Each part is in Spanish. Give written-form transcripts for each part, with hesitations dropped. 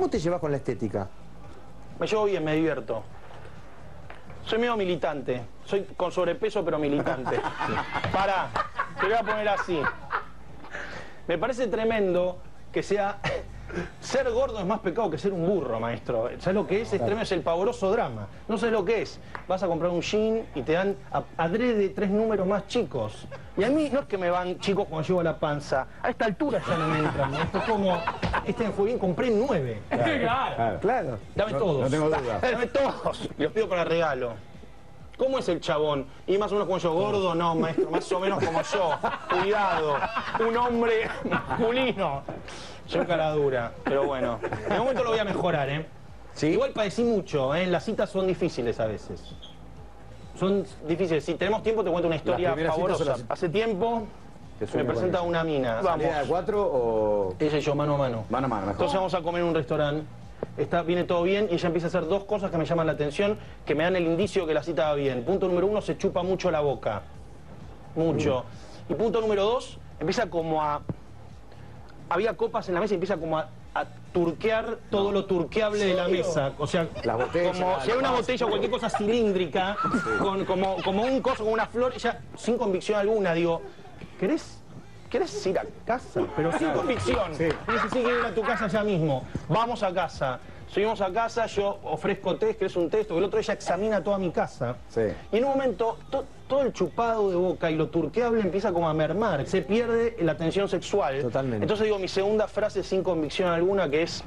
¿Cómo te llevas con la estética? Me llevo bien, me divierto. Soy medio militante. Soy con sobrepeso, pero militante. Pará, te voy a poner así. Me parece tremendo que sea... Ser gordo es más pecado que ser un burro, maestro. ¿Sabes lo que es? Es tremendo, es el pavoroso drama. No sabes lo que es. Vas a comprar un jean y te dan adrede 3 números más chicos. Y a mí no es que me van chicos cuando llevo la panza. A esta altura ya no me entran. Esto es como, este me fue bien, compré 9. Claro. Dame todos. No tengo duda. Dame todos. Y los pido para regalo. ¿Cómo es el chabón? ¿Y más o menos como yo? ¿Gordo? No, maestro, más o menos como yo. Cuidado. Un hombre masculino. Yo cara dura, pero bueno. En un momento lo voy a mejorar, ¿eh? ¿Sí? Igual padecí mucho, ¿eh? Las citas son difíciles a veces. Son difíciles. Si tenemos tiempo te cuento una historia pavorosa. Hace tiempo me presenta una mina. Vamos. ¿Salida de 4 o...? Ella y yo, mano a mano. Mano a mano, mejor. Entonces vamos a comer en un restaurante. Viene todo bien y ella empieza a hacer 2 cosas que me llaman la atención, que me dan el indicio que la cita va bien. Punto número 1, se chupa mucho la boca. Mucho. Y punto número 2, empieza como a... Había copas en la mesa y empieza como a turquear todo lo turqueable de la mesa. O sea, las botellas, como si hay una botella o cualquier cosa cilíndrica, como un coso, como una flor, ella sin convicción alguna, digo, ¿querés ir a casa? Pero sin convicción. Sí. Dice, sí, quiero ir a tu casa ya mismo. Vamos a casa. Subimos a casa, yo ofrezco test, ¿querés un test? O el otro, ella examina toda mi casa. Sí. Y en un momento, todo el chupado de boca y lo turqueable empieza como a mermar. Se pierde la tensión sexual. Totalmente. Entonces digo, mi segunda frase sin convicción alguna, que es...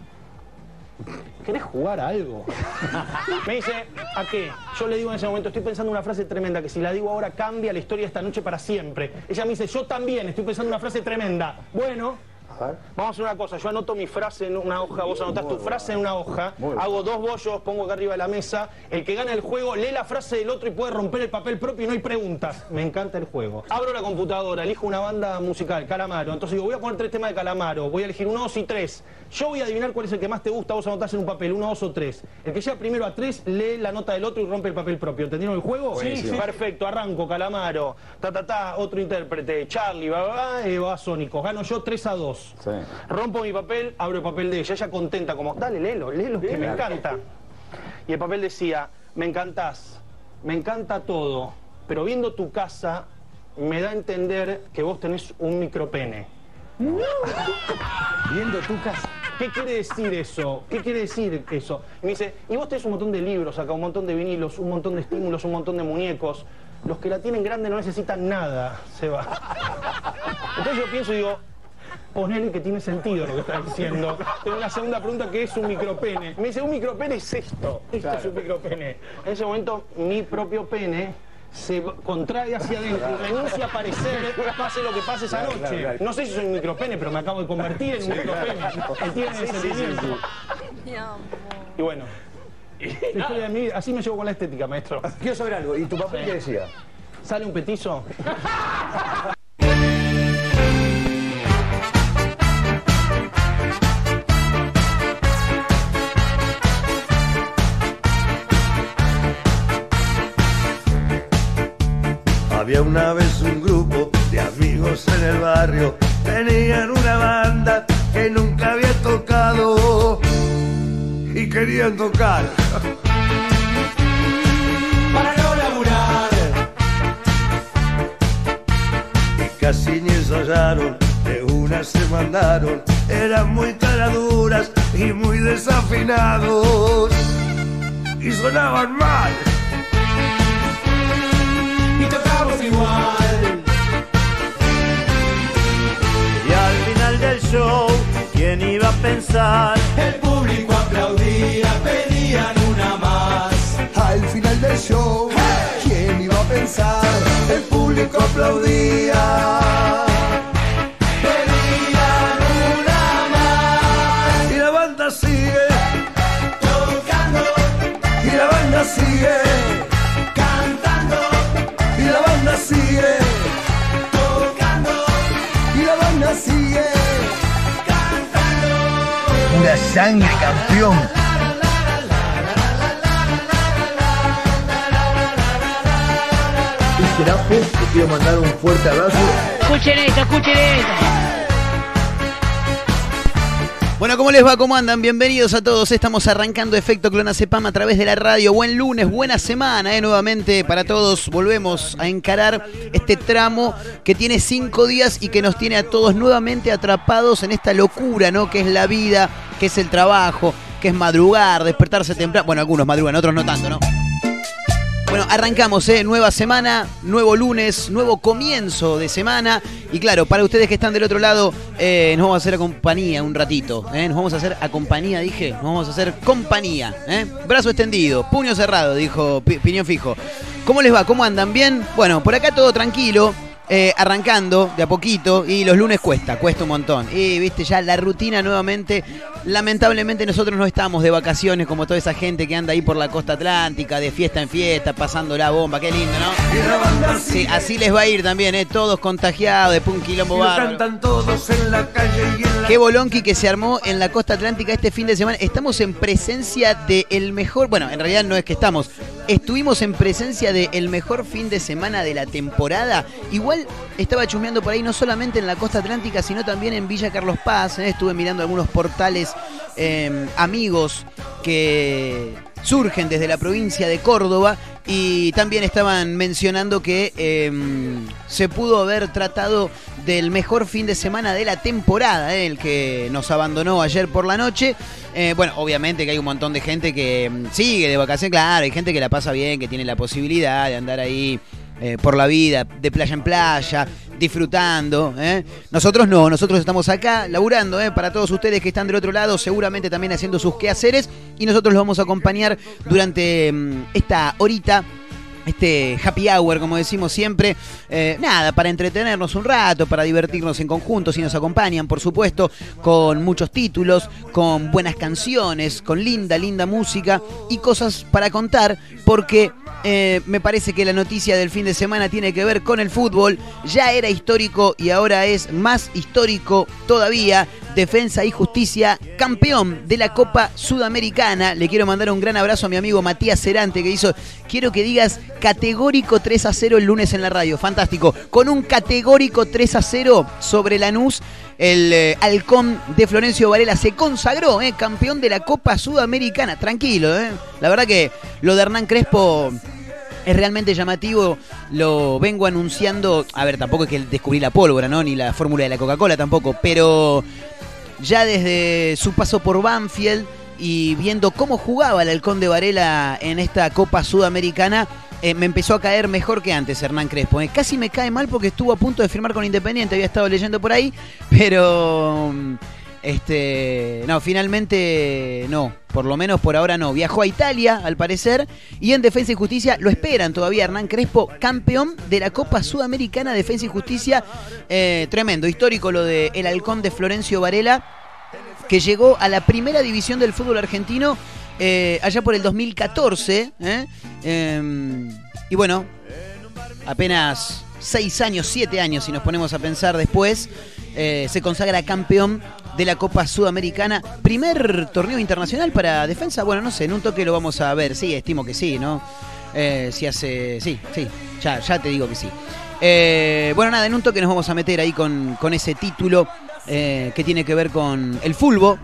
¿Querés jugar a algo? Me dice, ¿a qué? Yo le digo en ese momento, estoy pensando una frase tremenda, que si la digo ahora cambia la historia de esta noche para siempre. Ella me dice, yo también estoy pensando una frase tremenda. Bueno, vamos a hacer una cosa, yo anoto mi frase en una hoja, vos anotás tu frase en una hoja, hago 2 bollos, pongo acá arriba de la mesa, el que gana el juego lee la frase del otro y puede romper el papel propio y no hay preguntas. Me encanta el juego. Abro la computadora, elijo una banda musical, Calamaro, entonces digo, voy a poner 3 temas de Calamaro, voy a elegir 1, 2 y 3. Yo voy a adivinar cuál es el que más te gusta, vos anotás en un papel, 1, 2 o 3. El que llega primero a 3 lee la nota del otro y rompe el papel propio. ¿Entendieron el juego? Sí. Perfecto, arranco, Calamaro, otro intérprete, Charlie, Babasónicos. Gano yo 3-2. Sí. Rompo mi papel, abro el papel de ella contenta, como, dale, léelo, que me encanta. Y el papel decía, me encantás, me encanta todo, pero viendo tu casa me da a entender que vos tenés un micropene. Viendo tu casa. ¿Qué quiere decir eso? ¿Qué quiere decir eso? Y me dice, y vos tenés un montón de libros acá, un montón de vinilos, un montón de estímulos, un montón de muñecos. Los que la tienen grande no necesitan nada, Seba. Entonces yo pienso y digo, ponele que tiene sentido lo que está diciendo. Tengo una segunda pregunta que es un micropene. Me dice, un micropene es esto. Esto es un micropene. En ese momento, mi propio pene se contrae hacia adentro y renuncia a aparecer, pase lo que pase esa noche. No sé si soy un micropene, pero me acabo de convertir en un micropene. Entienden ese sentimiento. Y bueno, la historia de mi vida, así me llevo con la estética, maestro. Quiero saber algo. ¿Y tu papel qué decía? ¿Sale un petizo? Había una vez un grupo de amigos en el barrio, tenían una banda que nunca había tocado y querían tocar para no laburar. Y casi ni ensayaron, de una se mandaron, eran muy caraduras y muy desafinados y sonaban mal. Y tocamos igual. Y al final del show, ¿quién iba a pensar? El público aplaudía, pedían una más. Al final del show, ¡hey! ¿Quién iba a pensar? El público aplaudía, pedían una más. y la banda sigue tocando, y la banda sigue cantando, y la banda sigue tocando, y la banda sigue cantando. pura sangre, campeón. Y Jirafe, te quiero mandar un fuerte abrazo. Escuchen esto, escuchen esto. Bueno, ¿cómo les va? ¿Cómo andan? Bienvenidos a todos. Estamos arrancando Efecto Clonazepam a través de la radio. Buen lunes, buena semana, nuevamente para todos. Volvemos a encarar este tramo que tiene 5 días y que nos tiene a todos nuevamente atrapados en esta locura, ¿no? Que es la vida, que es el trabajo, que es madrugar, despertarse temprano. Bueno, algunos madrugan, otros no tanto, ¿no? Bueno, arrancamos, nueva semana, nuevo lunes, nuevo comienzo de semana. Y claro, para ustedes que están del otro lado, nos vamos a hacer compañía un ratito. Nos vamos a hacer compañía, dije. Nos vamos a hacer compañía. Brazo extendido, puño cerrado, dijo Piñón Fijo. ¿Cómo les va? ¿Cómo andan? ¿Bien? Bueno, por acá todo tranquilo. Arrancando de a poquito y los lunes cuesta un montón y viste ya la rutina nuevamente. Lamentablemente nosotros no estamos de vacaciones como toda esa gente que anda ahí por la costa atlántica de fiesta en fiesta pasando la bomba, qué lindo, ¿no? Sí, así les va a ir también, todos contagiados, después un quilombo bárbaro. Cantan todos en la calle y en la... Qué bolonqui que se armó en la costa atlántica este fin de semana. Estamos en presencia del mejor, bueno, en realidad no es que estuvimos en presencia del mejor fin de semana de la temporada. Igual estaba chusmeando por ahí, no solamente en la costa atlántica, sino también en Villa Carlos Paz. Estuve mirando algunos portales amigos que surgen desde la provincia de Córdoba y también estaban mencionando que se pudo haber tratado del mejor fin de semana de la temporada, el que nos abandonó ayer por la noche. Bueno, obviamente que hay un montón de gente que sigue de vacaciones, claro, hay gente que la pasa bien, que tiene la posibilidad de andar ahí por la vida, de playa en playa, disfrutando. Nosotros no, nosotros estamos acá laburando para todos ustedes que están del otro lado, seguramente también haciendo sus quehaceres, y nosotros los vamos a acompañar durante esta horita, este happy hour, como decimos siempre, nada, para entretenernos un rato, para divertirnos en conjunto, si nos acompañan, por supuesto, con muchos títulos, con buenas canciones, con linda música y cosas para contar, porque me parece que la noticia del fin de semana tiene que ver con el fútbol. Ya era histórico y ahora es más histórico todavía. Defensa y Justicia, campeón de la Copa Sudamericana. Le quiero mandar un gran abrazo a mi amigo Matías Cerante, que hizo, quiero que digas, categórico 3-0 el lunes en la radio. Fantástico. Con un categórico 3-0 sobre Lanús, el halcón de Florencio Varela se consagró campeón de la Copa Sudamericana. Tranquilo, la verdad que lo de Hernán Crespo es realmente llamativo, lo vengo anunciando. A ver, tampoco es que descubrí la pólvora, ¿no? Ni la fórmula de la Coca-Cola tampoco, pero ya desde su paso por Banfield y viendo cómo jugaba el halcón de Varela en esta Copa Sudamericana, me empezó a caer mejor que antes Hernán Crespo. Casi me cae mal porque estuvo a punto de firmar con Independiente, había estado leyendo por ahí, pero no, finalmente no, por lo menos por ahora no. Viajó a Italia, al parecer, y en Defensa y Justicia lo esperan todavía Hernán Crespo, campeón de la Copa Sudamericana. Defensa y Justicia, tremendo, histórico lo de el halcón de Florencio Varela, que llegó a la primera división del fútbol argentino allá por el 2014. Y bueno, apenas 6 años, 7 años, si nos ponemos a pensar después, se consagra campeón de la Copa Sudamericana. Primer torneo internacional para Defensa. Bueno, no sé, en un toque lo vamos a ver. Sí, estimo que sí, ¿no? Si hace... Sí, ya te digo que sí. Bueno, nada, en un toque nos vamos a meter ahí con ese título que tiene que ver con el fútbol.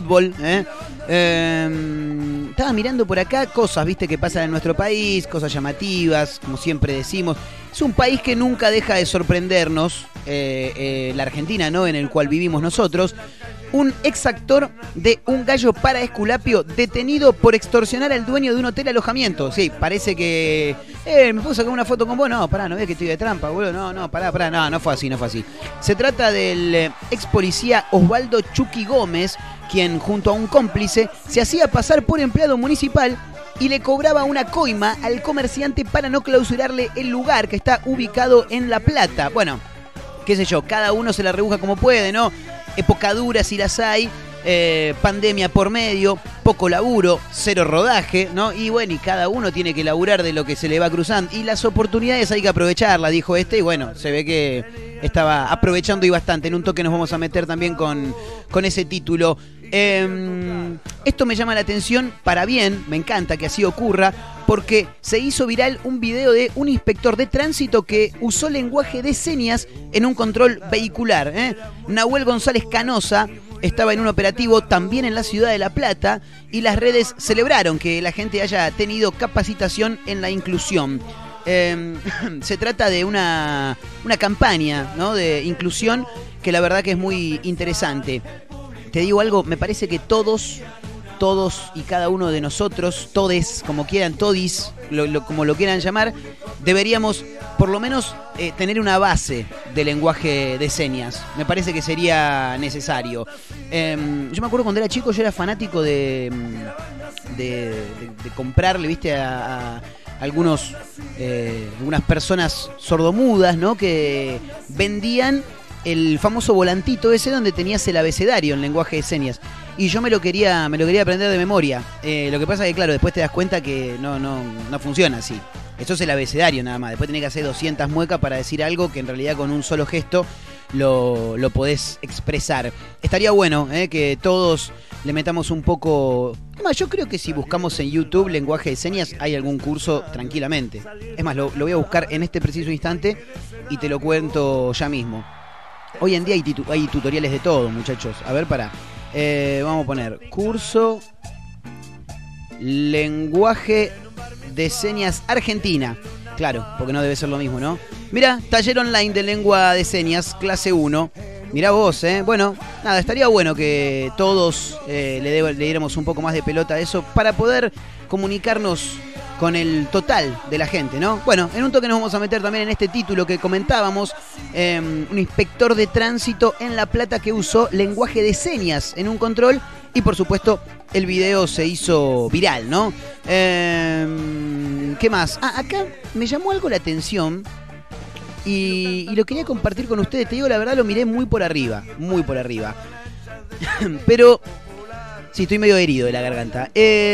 Estaba mirando por acá cosas, viste, que pasan en nuestro país, cosas llamativas, como siempre decimos. Es un país que nunca deja de sorprendernos, la Argentina, ¿no?, en el cual vivimos nosotros. Un exactor de Un Gallo para Esculapio detenido por extorsionar al dueño de un hotel alojamiento. Sí, parece que... ¿me puedo sacar una foto con vos? No, pará, no ves que estoy de trampa, boludo. No, pará. No fue así. Se trata del ex policía Osvaldo Chucky Gómez, quien junto a un cómplice se hacía pasar por empleado municipal y le cobraba una coima al comerciante para no clausurarle el lugar, que está ubicado en La Plata. Bueno, qué sé yo, cada uno se la rebusca como puede, ¿no? Época dura si las hay, pandemia por medio, poco laburo, cero rodaje, ¿no? Y bueno, y cada uno tiene que laburar de lo que se le va cruzando. Y las oportunidades hay que aprovecharlas, dijo y bueno, se ve que estaba aprovechando y bastante. En un toque nos vamos a meter también con ese título. Esto me llama la atención para bien, me encanta que así ocurra, porque se hizo viral un video de un inspector de tránsito que usó lenguaje de señas en un control vehicular. Nahuel González Canosa estaba en un operativo también en la ciudad de La Plata y las redes celebraron que la gente haya tenido capacitación en la inclusión. Se trata de una campaña, ¿no?, de inclusión que la verdad que es muy interesante. Te digo algo, me parece que todos y cada uno de nosotros, todes, como quieran, todis, como lo quieran llamar, deberíamos por lo menos tener una base de lenguaje de señas. Me parece que sería necesario. Yo me acuerdo cuando era chico, yo era fanático de comprarle, viste, a algunas personas sordomudas, ¿no?, que vendían el famoso volantito ese donde tenías el abecedario en lenguaje de señas. Y yo me lo quería aprender de memoria. Lo que pasa es que, claro, después te das cuenta que no funciona así. Eso es el abecedario nada más. Después tenés que hacer 200 muecas para decir algo que en realidad con un solo gesto lo podés expresar. Estaría bueno que todos le metamos un poco... Además, yo creo que si buscamos en YouTube lenguaje de señas hay algún curso tranquilamente. Es más, lo voy a buscar en este preciso instante y te lo cuento ya mismo. Hoy en día hay tutoriales de todo, muchachos. A ver, pará. Vamos a poner curso lenguaje de señas Argentina. Claro, porque no debe ser lo mismo, ¿no? Mira, taller online de lengua de señas, clase 1. Mirá vos, Bueno, nada, estaría bueno que todos le diéramos un poco más de pelota a eso para poder comunicarnos con el total de la gente, ¿no? Bueno, en un toque nos vamos a meter también en este título que comentábamos, un inspector de tránsito en La Plata que usó lenguaje de señas en un control y por supuesto el video se hizo viral, ¿no? ¿Qué más? Acá me llamó algo la atención y lo quería compartir con ustedes. Te digo la verdad, lo miré muy por arriba. Pero sí, estoy medio herido de la garganta.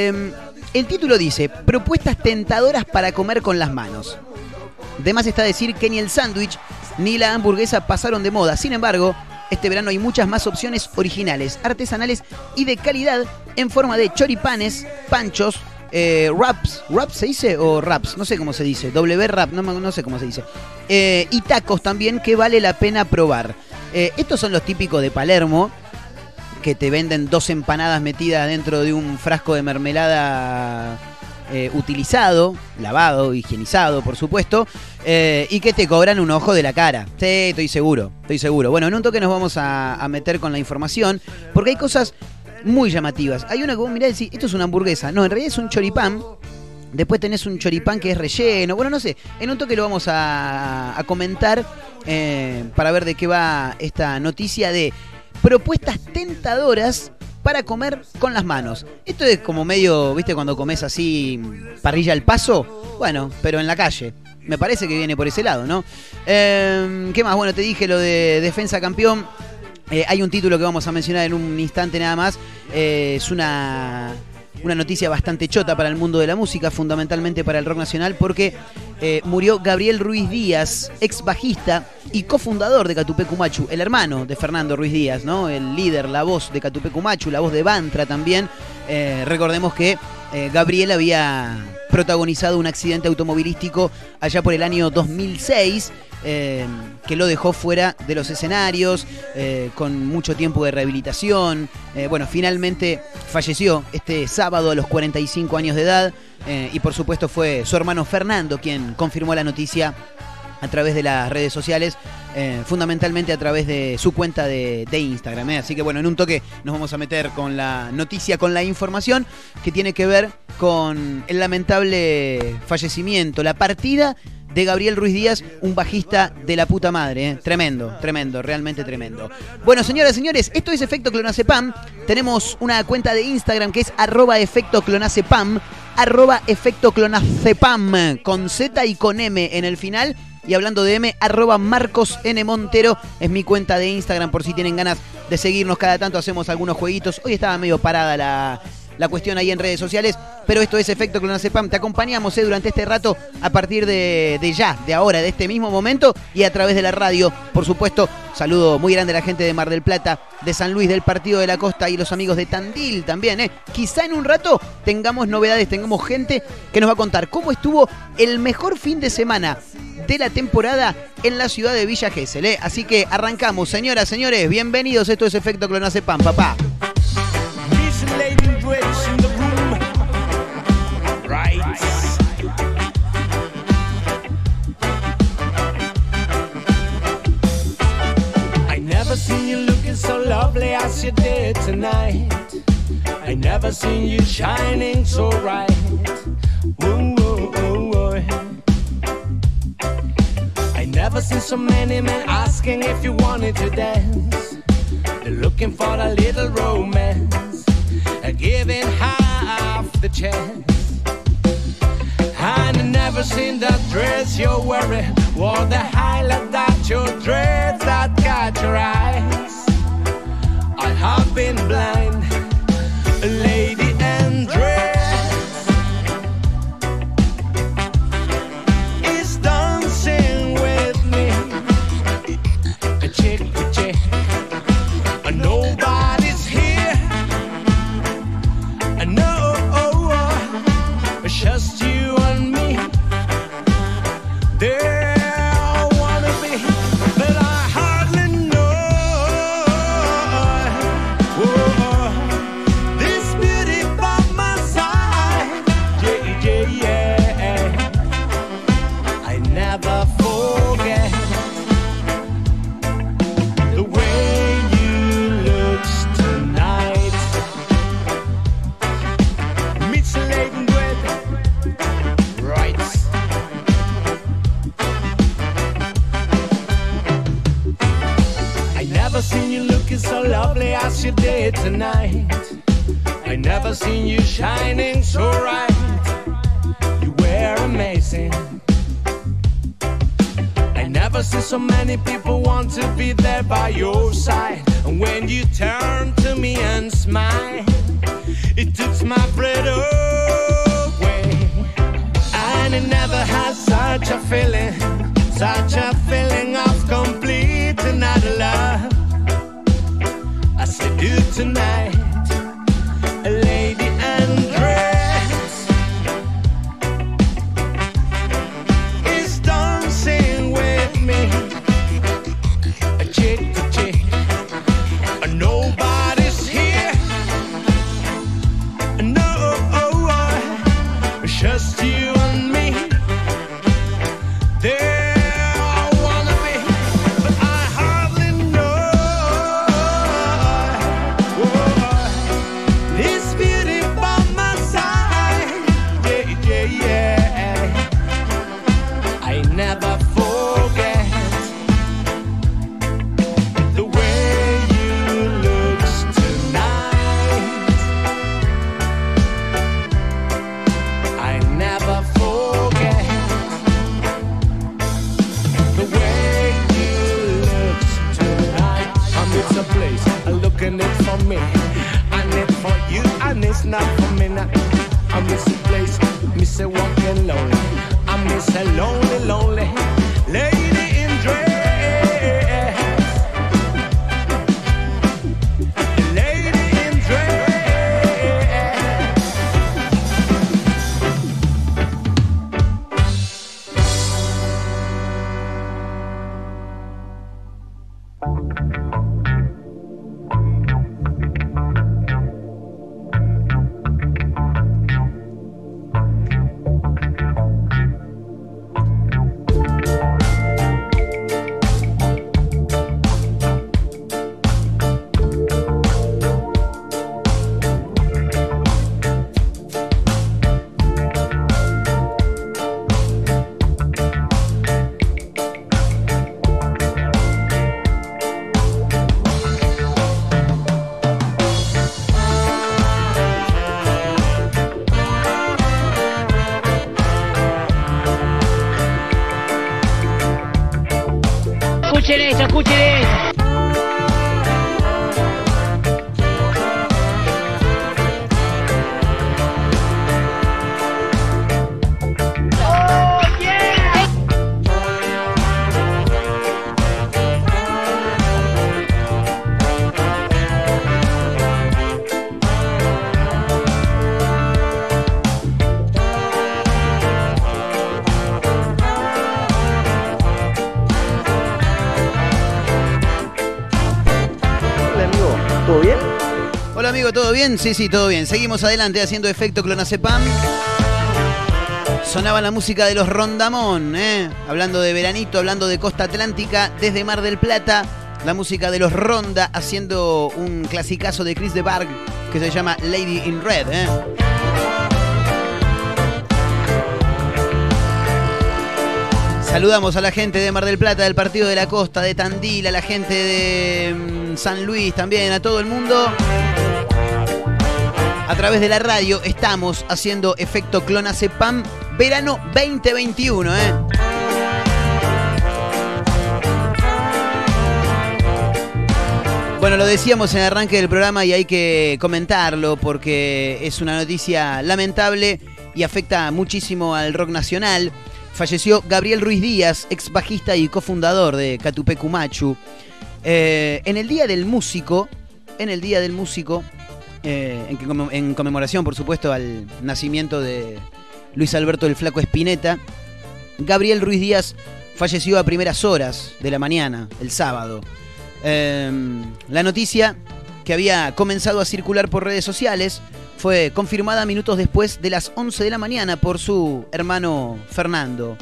El título dice: propuestas tentadoras para comer con las manos. De más está decir que ni el sándwich ni la hamburguesa pasaron de moda. Sin embargo, este verano hay muchas más opciones originales, artesanales y de calidad en forma de choripanes, panchos, wraps. ¿Wraps se dice o wraps? No sé cómo se dice. W-wrap, no sé cómo se dice. Y tacos también que vale la pena probar. Estos son los típicos de Palermo, que te venden 2 empanadas metidas dentro de un frasco de mermelada utilizado, lavado, higienizado, por supuesto, y que te cobran un ojo de la cara. Sí, estoy seguro. Bueno, en un toque nos vamos a meter con la información, porque hay cosas muy llamativas. Hay una que vos mirás y decís, esto es una hamburguesa. No, en realidad es un choripán. Después tenés un choripán que es relleno. Bueno, no sé, en un toque lo vamos a comentar para ver de qué va esta noticia de propuestas tentadoras para comer con las manos. Esto es como medio, ¿viste? Cuando comes así parrilla al paso. Bueno, pero en la calle. Me parece que viene por ese lado, ¿no? ¿Qué más? Bueno, te dije lo de Defensa Campeón. Hay un título que vamos a mencionar en un instante nada más. Es una noticia bastante chota para el mundo de la música, fundamentalmente para el rock nacional, porque murió Gabriel Ruiz Díaz, ex bajista y cofundador de Catupecu Machu, el hermano de Fernando Ruiz Díaz, ¿no? El líder, la voz de Catupecu Machu, la voz de Bantra también. Recordemos que Gabriel había protagonizado un accidente automovilístico allá por el año 2006, que lo dejó fuera de los escenarios, con mucho tiempo de rehabilitación. Bueno, finalmente falleció este sábado a los 45 años de edad, y por supuesto fue su hermano Fernando quien confirmó la noticia a través de las redes sociales, fundamentalmente a través de su cuenta de Instagram. Así que bueno, en un toque nos vamos a meter con la noticia, con la información que tiene que ver con el lamentable fallecimiento, la partida de Gabriel Ruiz Díaz, un bajista de la puta madre, Tremendo, realmente tremendo. Bueno, señoras y señores, esto es Efecto Clonazepam. Tenemos una cuenta de Instagram que es @efectoclonazepam, @efectoclonazepam, con Z y con M en el final. Y hablando de M, @MarcosNMontero es mi cuenta de Instagram, por si tienen ganas de seguirnos. Cada tanto hacemos algunos jueguitos. Hoy estaba medio parada la cuestión ahí en redes sociales, pero esto es Efecto Clonazepam. Te acompañamos durante este rato a partir de ahora, de este mismo momento, y a través de la radio, por supuesto. Saludo muy grande a la gente de Mar del Plata, de San Luis, del Partido de la Costa y los amigos de Tandil también. Quizá en un rato tengamos novedades, tengamos gente que nos va a contar cómo estuvo el mejor fin de semana de la temporada en la ciudad de Villa Gesell, ¿eh? Así que arrancamos, señoras, señores, bienvenidos. Esto es Efecto Clonazepam, papá. Never seen you looking so lovely as you did tonight. I never seen you shining so bright. Ooh, ooh, ooh, ooh. I never seen so many men asking if you wanted to dance. They're looking for a little romance, giving half the chance. And I never seen that dress you're wearing, or the highlight that your dreads that got your eyes. I have been blind, lady and dress is dancing with me, chick to chick. Nobody's here, no, just you and me. There I wanna be, but I hardly know. Whoa, this beauty by my side, yeah, yeah, yeah. I never forget the way you look tonight. Meets laden with rights. I never seen you looking so lovely as you did tonight. I never seen you shining so bright. You were amazing. I never seen so many people want to be there by your side. And when you turned to me and smiled, it took my breath away. And I never had such a feeling of complete and utter love as I do tonight, a lady undressed is dancing with me, a chick to chick. Nobody's here, no, just you and me. There I wanna be, but I hardly know. Whoa, this beauty by my side, yeah, yeah, yeah. I never forget the way you look tonight. I never forget the way you look tonight. It's a place, looking it for me, and it for you, and it's not for me now. I miss a place, miss a walking lonely. I miss a lonely, lonely lady in dress. Lady in dress. Escuchen esto, escuchen esto. Hola amigo, ¿todo bien? Sí, todo bien. Seguimos adelante haciendo efecto clonazepam. Sonaba la música de los Rondamón, hablando de veranito, hablando de costa atlántica, desde Mar del Plata. La música de los Ronda haciendo un clasicazo de Chris de Burgh que se llama Lady in Red. Saludamos a la gente de Mar del Plata, del Partido de la Costa, de Tandil, a la gente de San Luis también, a todo el mundo. A través de la radio estamos haciendo efecto clonazepam verano 2021, Bueno, lo decíamos en el arranque del programa y hay que comentarlo porque es una noticia lamentable y afecta muchísimo al rock nacional. Falleció Gabriel Ruiz Díaz, ex bajista y cofundador de Catupecu Machu. En el Día del Músico, en conmemoración, por supuesto, al nacimiento de Luis Alberto el Flaco Spinetta, Gabriel Ruiz Díaz falleció a primeras horas de la mañana, el sábado. La noticia, que había comenzado a circular por redes sociales, fue confirmada minutos después de las 11 de la mañana por su hermano Fernando.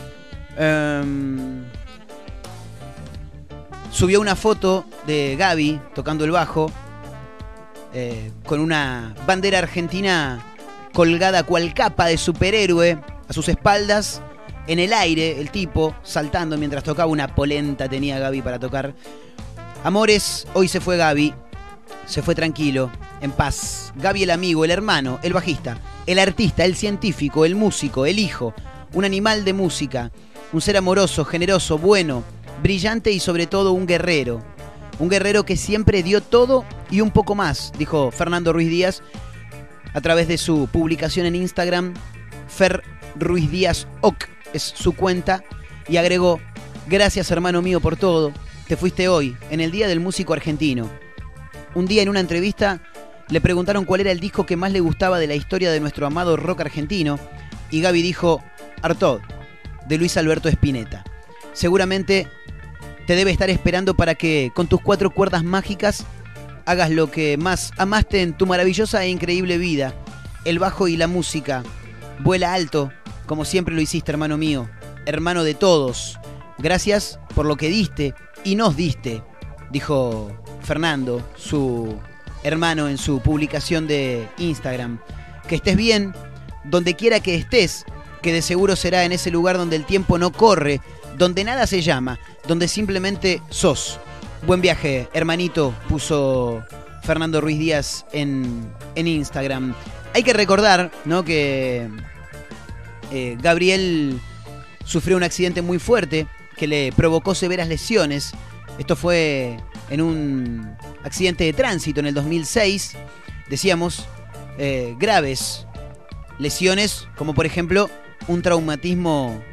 Subió una foto de Gaby tocando el bajo, con una bandera argentina colgada cual capa de superhéroe a sus espaldas, en el aire, el tipo saltando mientras tocaba. Una polenta tenía Gaby para tocar. Amores, hoy se fue Gaby, se fue tranquilo, en paz. Gaby, el amigo, el hermano, el bajista, el artista, el científico, el músico, el hijo, un animal de música, un ser amoroso, generoso, bueno, brillante y sobre todo un guerrero. Un guerrero que siempre dio todo y un poco más, dijo Fernando Ruiz Díaz a través de su publicación en Instagram. Fer Ruiz Díaz Oc es su cuenta, y agregó: gracias hermano mío por todo, te fuiste hoy, en el Día del Músico Argentino. Un día en una entrevista le preguntaron cuál era el disco que más le gustaba de la historia de nuestro amado rock argentino, y Gaby dijo: Artaud, de Luis Alberto Spinetta. Seguramente te debe estar esperando para que, con tus 4 cuerdas mágicas, hagas lo que más amaste en tu maravillosa e increíble vida, el bajo y la música. Vuela alto, como siempre lo hiciste, hermano mío, hermano de todos. Gracias por lo que diste y nos diste, dijo Fernando, su hermano, en su publicación de Instagram. Que estés bien, donde quiera que estés, que de seguro será en ese lugar donde el tiempo no corre, donde nada se llama, donde simplemente sos. Buen viaje, hermanito, puso Fernando Ruiz Díaz en Instagram. Hay que recordar, ¿no?, que Gabriel sufrió un accidente muy fuerte que le provocó severas lesiones. Esto fue en un accidente de tránsito en el 2006. Decíamos, graves lesiones, como por ejemplo un traumatismo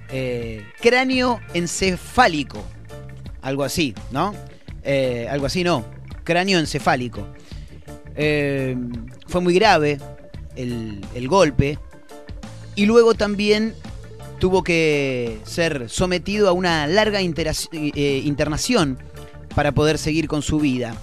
cráneoencefálico. Algo así, ¿no? Algo así no, cráneoencefálico. Fue muy grave el golpe, y luego también tuvo que ser sometido a una larga internación para poder seguir con su vida.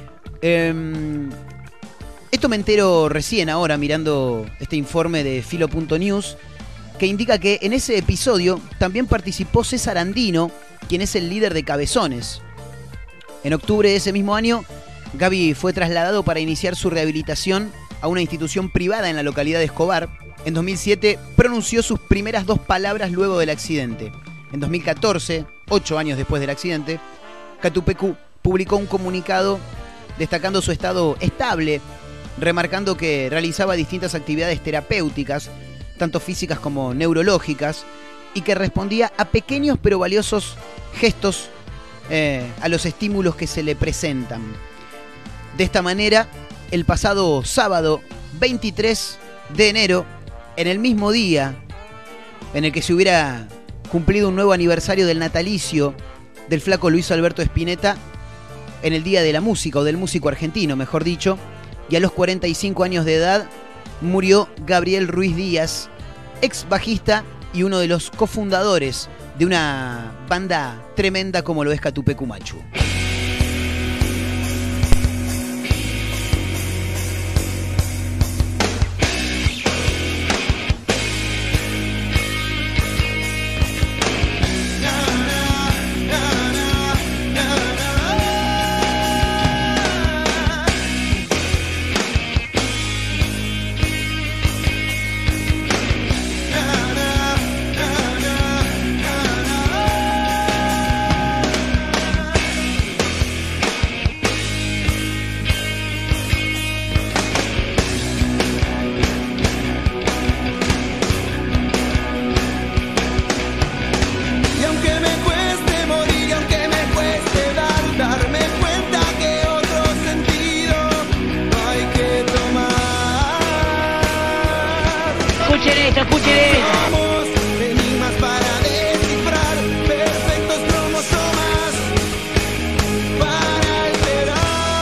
Esto me entero recién ahora mirando este informe de Filo.news, que indica que en ese episodio también participó César Andino, quien es el líder de Cabezones. En octubre de ese mismo año, Gaby fue trasladado para iniciar su rehabilitación a una institución privada en la localidad de Escobar. En 2007 pronunció sus primeras 2 palabras luego del accidente. En 2014, 8 años después del accidente, Catupecu publicó un comunicado destacando su estado estable, remarcando que realizaba distintas actividades terapéuticas, tanto físicas como neurológicas, y que respondía a pequeños pero valiosos gestos a los estímulos que se le presentan. De esta manera, el pasado sábado 23 de enero, en el mismo día en el que se hubiera cumplido un nuevo aniversario del natalicio del flaco Luis Alberto Spinetta, en el Día de la Música, o del músico argentino, mejor dicho, y a los 45 años de edad, murió Gabriel Ruiz Díaz, ex bajista y uno de los cofundadores de una banda tremenda como lo es Catupecu Machu. escuchen esto. Somos enigmas para descifrar, perfectos cromosomas para esperar.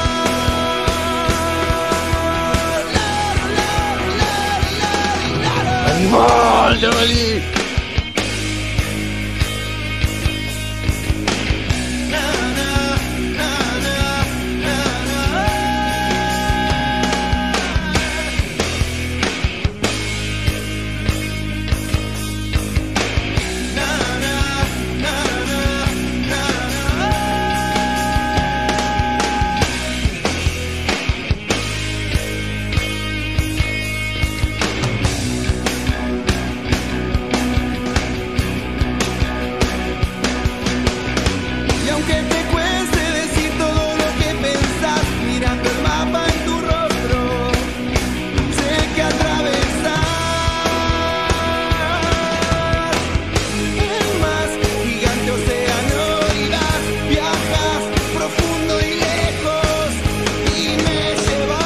¡Animal, jabalí! Y aunque te cueste decir todo lo que pensás, mirando el mapa en tu rostro, sé que atravesar el más gigante océano irás, viajas profundo y lejos y me llevas.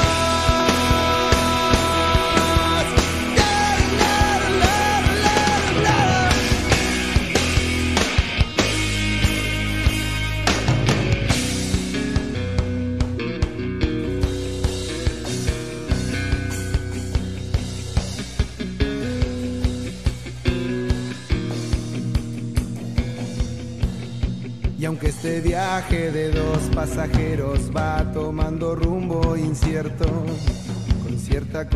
Y aunque este viaje de dos pasajeros va tomando rumbo incierto, con cierta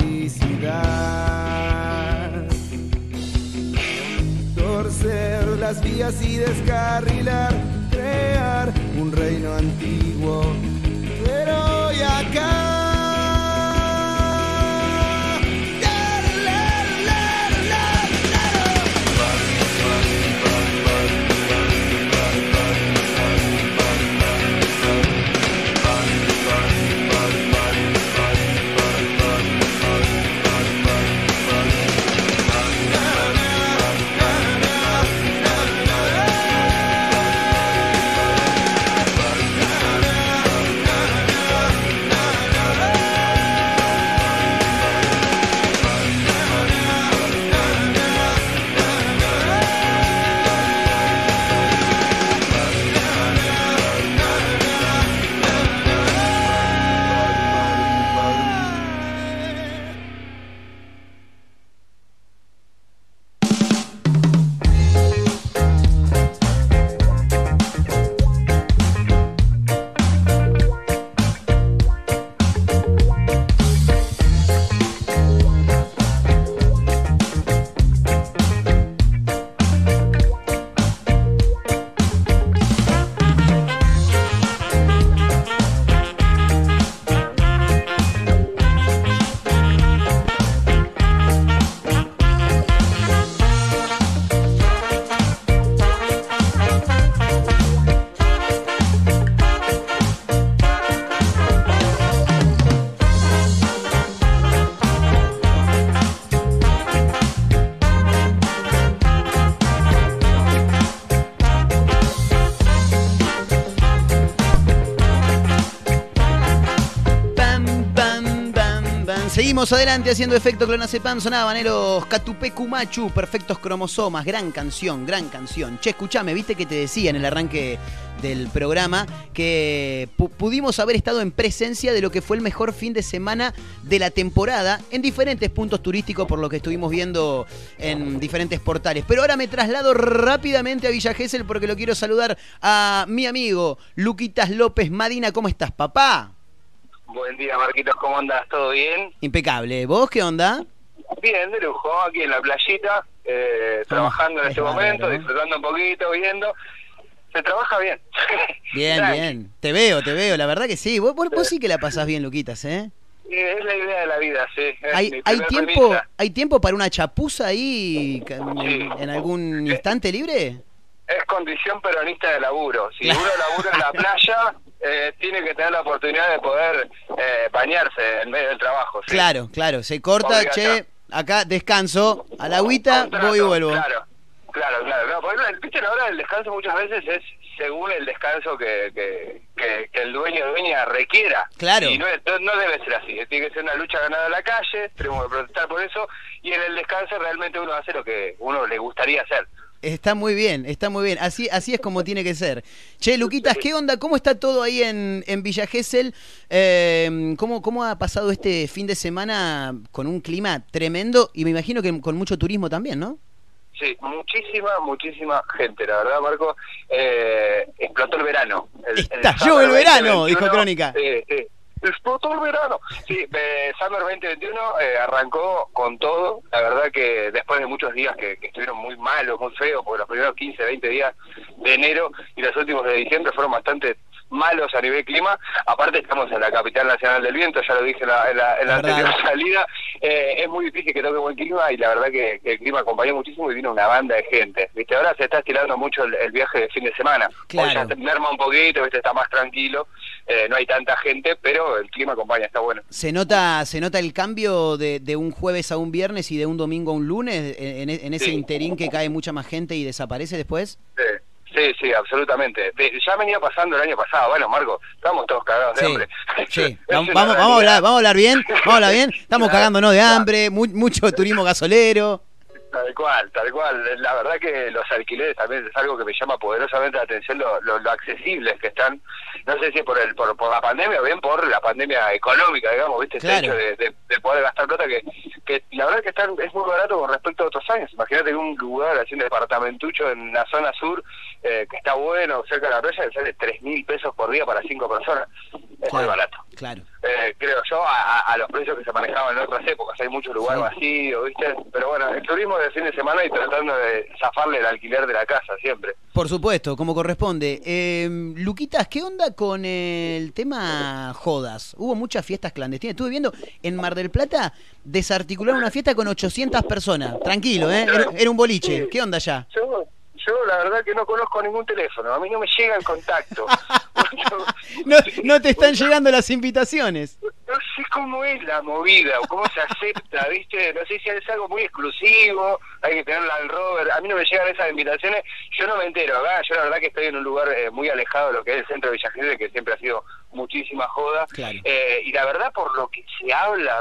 complicidad, torcer las vías y descarrilar, crear un reino antiguo, pero hoy acá. Seguimos adelante haciendo efecto clonazepam. Sonaban los Catupecu Machu, perfectos cromosomas. Gran canción, gran canción. Che, escuchame, viste que te decía en el arranque del programa que pudimos haber estado en presencia de lo que fue el mejor fin de semana de la temporada en diferentes puntos turísticos, por lo que estuvimos viendo en diferentes portales. Pero ahora me traslado rápidamente a Villa Gesell porque lo quiero saludar a mi amigo Luquitas López Madina. ¿Cómo estás, papá? Buen día, Marquitos, ¿cómo andas? ¿Todo bien? Impecable. ¿Vos qué onda? Bien, de lujo, aquí en la playita, trabajando en este momento, disfrutando un poquito, viendo. Se trabaja bien. Bien, bien. Te veo, la verdad que sí. Vos sí que la pasás bien, Luquitas, ¿eh? Es la idea de la vida, sí. ¿Hay tiempo para una chapuza ahí en algún instante libre? Es condición peronista de laburo. Si uno labura en la playa, tiene que tener la oportunidad de poder bañarse en medio del trabajo. ¿Sí? Claro. Se corta, acá descanso, a la agüita, voy y vuelvo. Claro. No, porque ¿viste? La hora del descanso muchas veces es según el descanso que el dueño o dueña requiera. Claro. Y no debe ser así, tiene que ser una lucha ganada en la calle, tenemos que protestar por eso, y en el descanso realmente uno hace lo que uno le gustaría hacer. Está muy bien, está muy bien. Así es como tiene que ser. Che, Luquitas, ¿qué onda? ¿Cómo está todo ahí en Villa Gesell? ¿Cómo ha pasado este fin de semana con un clima tremendo? Y me imagino que con mucho turismo también, ¿no? Sí, muchísima gente, la verdad, Marco. Explotó el verano. Estalló el verano, dijo Crónica. Sí. Explotó el verano. Sí, Summer 2021 arrancó con todo. La verdad que después de muchos días que estuvieron muy malos, muy feos, porque los primeros 15, 20 días de enero y los últimos de diciembre fueron bastante malos a nivel clima. Aparte estamos en la capital nacional del viento, ya lo dije en la anterior salida. Es muy difícil que toque buen clima y la verdad que el clima acompañó muchísimo y vino una banda de gente. ¿Viste? Ahora se está estirando mucho el viaje de fin de semana. Claro. Hoy ya se merma un poquito, ¿viste? Está más tranquilo, no hay tanta gente, pero el clima acompaña, está bueno. ¿Se nota el cambio de un jueves a un viernes y de un domingo a un lunes en ese interín que cae mucha más gente y desaparece después? Sí, absolutamente. Ya venía pasando el año pasado. Bueno, Marco, estamos todos cagados de hambre. Sí. Vamos a hablar bien. Estamos cagándonos de hambre, mucho turismo gasolero. Tal cual. La verdad que los alquileres también es algo que me llama poderosamente la atención, lo accesibles que están. No sé si por la pandemia o bien por la pandemia económica, digamos, ¿viste? Claro. Este hecho de poder gastar plata que la verdad que es muy barato con respecto a otros años. Imagínate que un lugar, así un departamentucho en la zona sur, que está bueno, cerca de la playa, que sale 3.000 pesos por día para 5 personas. Es muy barato. Claro. Creo yo, a los precios que se manejaban en otras épocas. Hay mucho lugar vacío, ¿viste? Pero bueno, el turismo de fin de semana y tratando de zafarle el alquiler de la casa siempre. Por supuesto, como corresponde. Luquitas, ¿qué onda con el tema jodas? Hubo muchas fiestas clandestinas. Estuve viendo en Mar del Plata desarticular una fiesta con 800 personas. Tranquilo, era un boliche. Sí. ¿Qué onda ya? Yo la verdad que no conozco ningún teléfono, a mí no me llega el contacto. No te están llegando las invitaciones. No sé cómo es la movida o cómo se acepta, ¿viste? No sé si es algo muy exclusivo, hay que tenerla al rover. A mí no me llegan esas invitaciones, yo no me entero. Acá yo la verdad que estoy en un lugar muy alejado de lo que es el centro de Villa Gesell, que siempre ha sido muchísima joda. Claro. Y la verdad, por lo que se habla,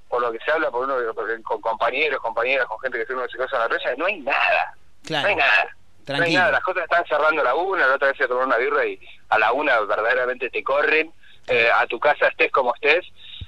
con compañeros, compañeras, con gente que uno se cosa en la playa, no hay nada. Claro. No hay nada. Tranquilo. No hay nada, las cosas están cerrando a la 1, la otra vez fui a tomar una birra y a la 1 verdaderamente te corren, a tu casa estés como estés.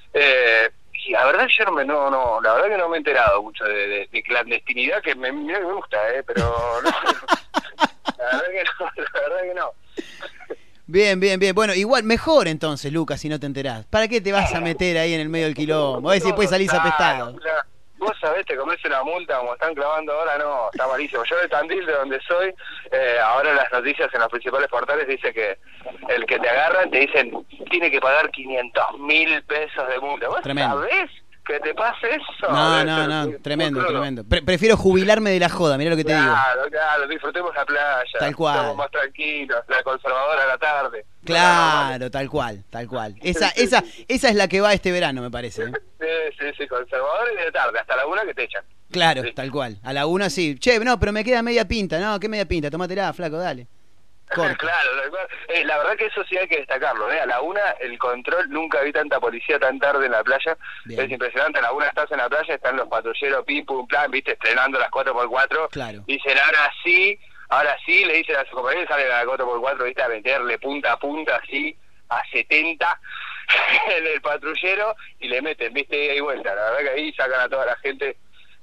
Y la verdad yo la verdad que no me he enterado mucho de clandestinidad, que me gusta, pero no, la verdad que no. Bien. Bueno, igual, mejor entonces, Lucas, si no te enterás. ¿Para qué te vas a meter ahí en el medio del quilombo? A ver si después salís apestado. Claro. Vos sabés, te comés una multa como están clavando ahora, no, está malísimo. Yo de Tandil, de donde soy, ahora las noticias en los principales portales dice que el que te agarran te dicen tiene que pagar 500.000 pesos de multa. ¿Vos sabés que te pase eso? No, tremendo. Prefiero jubilarme de la joda, mirá lo que te digo. Claro, disfrutemos la playa. Tal cual. Estamos más tranquilos, la conservadora a la tarde. Claro, tal cual. Esa es la que va este verano, me parece. Sí, conservadora y de tarde, hasta la 1 que te echan. Claro, Sí. tal cual. A la 1 sí. Che, no, pero me queda media pinta. No, ¿qué media pinta? Tómatela, flaco, dale. Corta. Claro, la verdad que eso sí hay que destacarlo, a la 1 el control, nunca vi tanta policía tan tarde en la playa. Bien. Es impresionante, a la 1 estás en la playa, están los patrulleros, pim, pum, plan, viste, estrenando las 4x4, Claro. dicen ahora sí, le dicen a su compañero, sale la 4x4, viste, a meterle punta a punta, así, a 70 en el patrullero, y le meten, viste, ida y vuelta. La verdad que ahí sacan a toda la gente,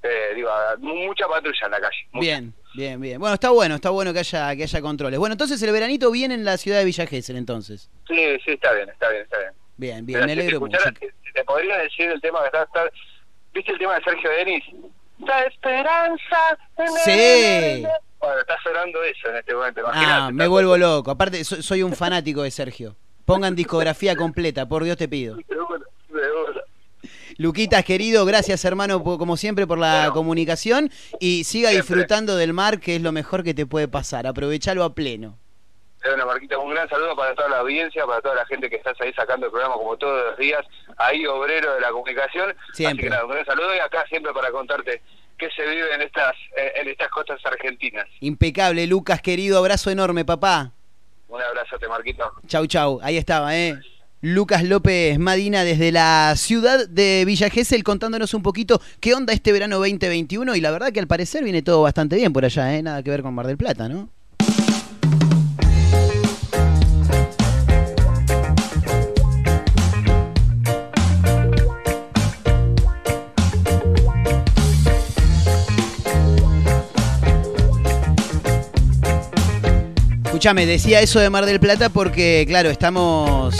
mucha patrulla en la calle. Mucha. Bien. Bueno, está bueno que haya controles. Bueno, entonces el veranito viene en la ciudad de Villa Gesell, entonces. Sí, está bien. Bien, Pero me alegro mucho. si te podría decir el tema que está ¿viste el tema de Sergio Denis? La esperanza. Sí. Bueno, está sonando eso en este momento. Imagínate, Me vuelvo loco. Aparte, soy un fanático de Sergio. Pongan discografía completa, por Dios te pido. De una. Luquitas, querido, gracias hermano, como siempre, por la comunicación. Y siga Siempre. disfrutando del mar, que es lo mejor que te puede pasar. Aprovechalo a pleno. Bueno, Marquita, un gran saludo para toda la audiencia, para toda la gente que estás ahí sacando el programa como todos los días, ahí obrero de la comunicación. Siempre. Así que nada, un gran saludo y acá siempre para contarte qué se vive en estas costas argentinas. Impecable, Lucas, querido. Abrazo enorme, papá. Un abrazote, Marquito. Chau. Ahí estaba, Lucas López Madina desde la ciudad de Villa Gesell contándonos un poquito qué onda este verano 2021 y la verdad que al parecer viene todo bastante bien por allá, nada que ver con Mar del Plata, ¿no? Escuchame, decía eso de Mar del Plata porque, claro, estamos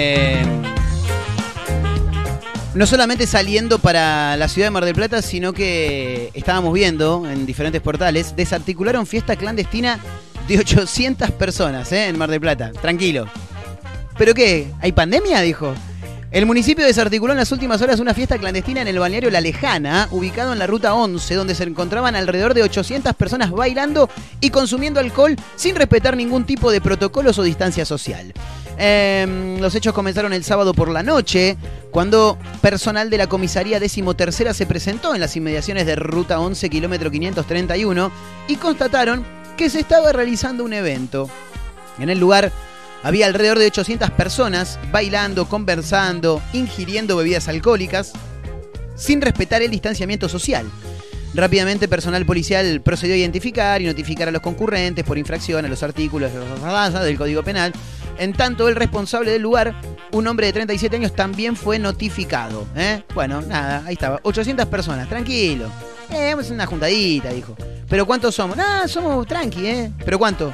no solamente saliendo para la ciudad de Mar del Plata, sino que estábamos viendo en diferentes portales, desarticularon fiesta clandestina de 800 personas en Mar del Plata. Tranquilo. ¿Pero qué? ¿Hay pandemia? Dijo. El municipio desarticuló en las últimas horas una fiesta clandestina en el balneario La Lejana, ubicado en la ruta 11, donde se encontraban alrededor de 800 personas bailando y consumiendo alcohol sin respetar ningún tipo de protocolos o distancia social. Los hechos comenzaron el sábado por la noche, cuando personal de la comisaría 13ª se presentó en las inmediaciones de ruta 11, kilómetro 531, y constataron que se estaba realizando un evento. En el lugar había alrededor de 800 personas bailando, conversando, ingiriendo bebidas alcohólicas, sin respetar el distanciamiento social. Rápidamente, personal policial procedió a identificar y notificar a los concurrentes por infracción a los artículos del Código Penal. En tanto, el responsable del lugar, un hombre de 37 años, también fue notificado. Bueno, nada, ahí estaba. 800 personas, tranquilo. Vamos a hacer una juntadita, dijo. ¿Pero cuántos somos? Nada, somos tranqui, ¿Pero cuánto?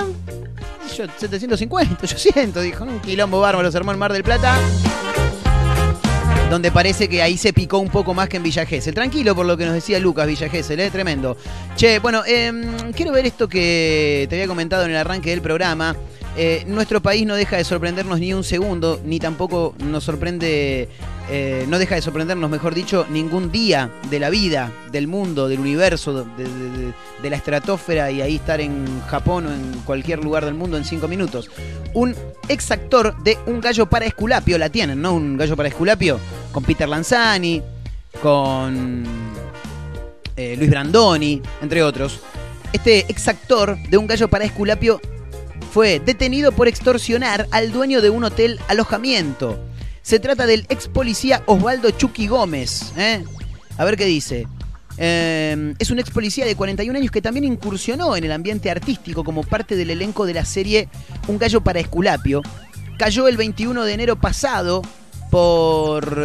750, 800, dijo. Un quilombo bárbaro se armó en Mar del Plata, donde parece que ahí se picó un poco más que en Villa Gesell. Tranquilo por lo que nos decía Lucas, Villa Gesell, tremendo. Che, bueno, quiero ver esto que te había comentado en el arranque del programa. Nuestro país no deja de sorprendernos ni un segundo, ni tampoco nos sorprende, no deja de sorprendernos, mejor dicho, ningún día de la vida, del mundo, del universo, de la estratosfera, y ahí estar en Japón o en cualquier lugar del mundo en 5 minutos. Un ex actor de Un gallo para Esculapio, la tienen, ¿no? Un gallo para Esculapio, con Peter Lanzani, con Luis Brandoni, entre otros. Este ex actor de Un gallo para Esculapio fue detenido por extorsionar al dueño de un hotel alojamiento. Se trata del ex policía Osvaldo Chucky Gómez. A ver qué dice. Es un ex policía de 41 años que también incursionó en el ambiente artístico como parte del elenco de la serie Un gallo para Esculapio. Cayó el 21 de enero pasado por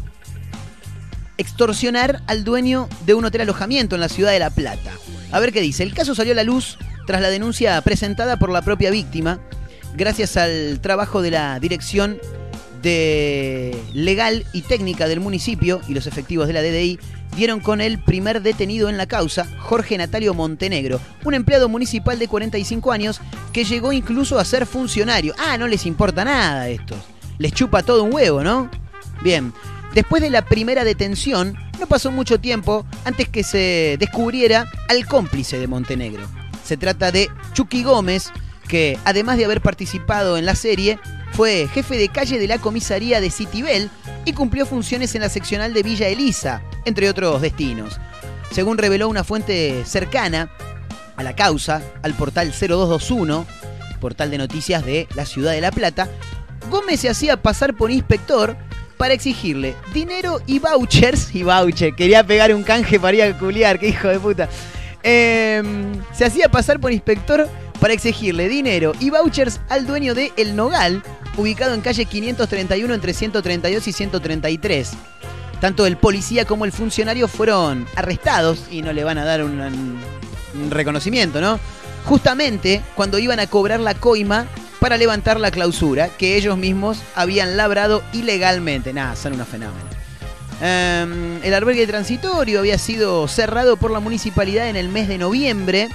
extorsionar al dueño de un hotel alojamiento en la ciudad de La Plata. A ver qué dice. El caso salió a la luz tras la denuncia presentada por la propia víctima, gracias al trabajo de la Dirección de Legal y Técnica del municipio y los efectivos de la DDI, dieron con el primer detenido en la causa, Jorge Natalio Montenegro, un empleado municipal de 45 años que llegó incluso a ser funcionario. No les importa nada a estos. Les chupa todo un huevo, ¿no? Bien, después de la primera detención, no pasó mucho tiempo antes que se descubriera al cómplice de Montenegro. Se trata de Chucky Gómez, que además de haber participado en la serie, fue jefe de calle de la comisaría de Citibel y cumplió funciones en la seccional de Villa Elisa, entre otros destinos. Según reveló una fuente cercana a la causa, al portal 0221, portal de noticias de la ciudad de La Plata, Gómez se hacía pasar por inspector para exigirle dinero y vouchers. Quería pegar un canje para ir a culiar, qué hijo de puta. Se hacía pasar por inspector para exigirle dinero y vouchers al dueño de El Nogal, ubicado en calle 531 entre 132 y 133. Tanto el policía como el funcionario fueron arrestados y no le van a dar un reconocimiento, ¿no? Justamente cuando iban a cobrar la coima para levantar la clausura que ellos mismos habían labrado ilegalmente. Son unos fenómenos. El albergue transitorio había sido cerrado por la municipalidad en el mes de noviembre.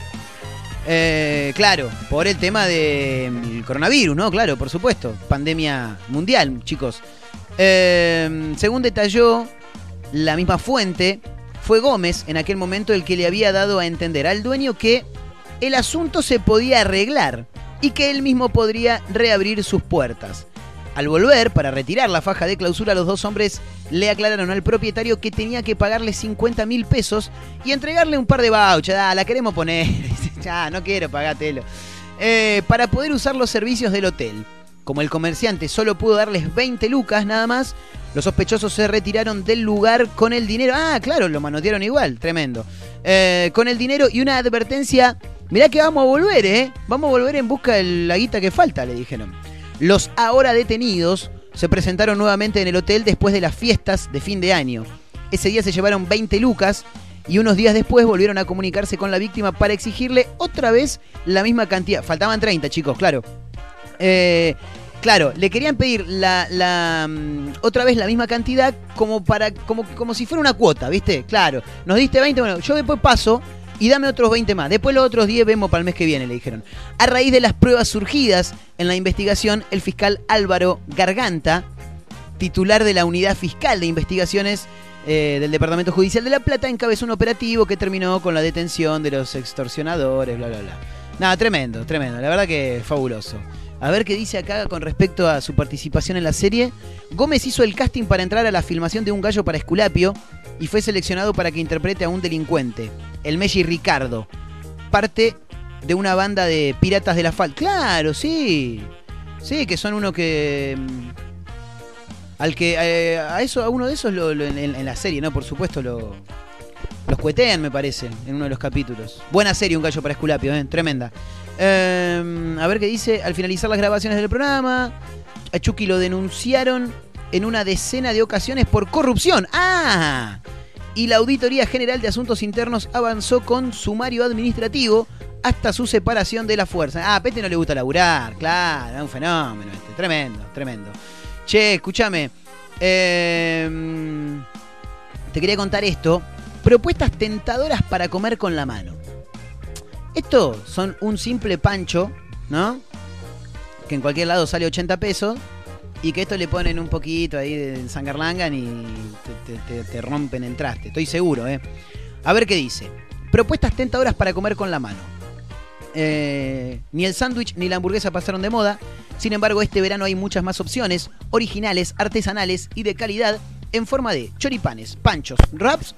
Claro, por el tema del coronavirus, ¿no? Claro, por supuesto. Pandemia mundial, chicos. Según detalló la misma fuente, fue Gómez en aquel momento el que le había dado a entender al dueño que el asunto se podía arreglar y que él mismo podría reabrir sus puertas. Al volver, para retirar la faja de clausura, los dos hombres le aclararon al propietario que tenía que pagarle 50.000 pesos y entregarle un par de vouchers. La queremos poner. Ya, no quiero, pagátelo. para poder usar los servicios del hotel. Como el comerciante solo pudo darles 20 lucas nada más, los sospechosos se retiraron del lugar con el dinero. Ah, claro, lo manotearon igual, tremendo. Con el dinero y una advertencia. Mirá que vamos a volver, ¿eh? Vamos a volver en busca de la guita que falta, le dijeron. Los ahora detenidos se presentaron nuevamente en el hotel después de las fiestas de fin de año. Ese día se llevaron 20 lucas y unos días después volvieron a comunicarse con la víctima para exigirle otra vez la misma cantidad. Faltaban 30, chicos, claro. Claro, le querían pedir otra vez la misma cantidad como si fuera una cuota, ¿viste? Claro, nos diste 20, bueno, yo después paso y dame otros 20 más. Después los otros 10 vemos para el mes que viene, le dijeron. A raíz de las pruebas surgidas en la investigación, el fiscal Álvaro Garganta, titular de la Unidad Fiscal de Investigaciones del Departamento Judicial de La Plata, encabezó un operativo que terminó con la detención de los extorsionadores, bla, bla, bla. Nada, tremendo, tremendo. La verdad que fabuloso. A ver qué dice acá con respecto a su participación en la serie. Gómez hizo el casting para entrar a la filmación de Un gallo para Esculapio y fue seleccionado para que interprete a un delincuente, el Messi Ricardo, parte de una banda de piratas del asfalto. Claro, sí. Sí, que son uno que... a uno de esos en la serie, ¿no? Por supuesto los cuetean, me parece, en uno de los capítulos. Buena serie, Un gallo para Esculapio, tremenda. A ver qué dice. Al finalizar las grabaciones del programa, a Chucky lo denunciaron en una decena de ocasiones por corrupción. ¡Ah! Y la Auditoría General de Asuntos Internos avanzó con sumario administrativo hasta su separación de la fuerza. Ah, a Pete no le gusta laburar, claro, es un fenómeno este. Tremendo, tremendo. Che, escúchame. Te quería contar esto. Propuestas tentadoras para comer con la mano. Esto son un simple pancho, ¿no? Que en cualquier lado sale 80 pesos. Y que esto le ponen un poquito ahí de sangarlangan y te rompen el traste. Estoy seguro, ¿eh? A ver qué dice. Propuestas tentadoras para comer con la mano. Ni el sándwich ni la hamburguesa pasaron de moda. Sin embargo, este verano hay muchas más opciones, originales, artesanales y de calidad, en forma de choripanes, panchos, wraps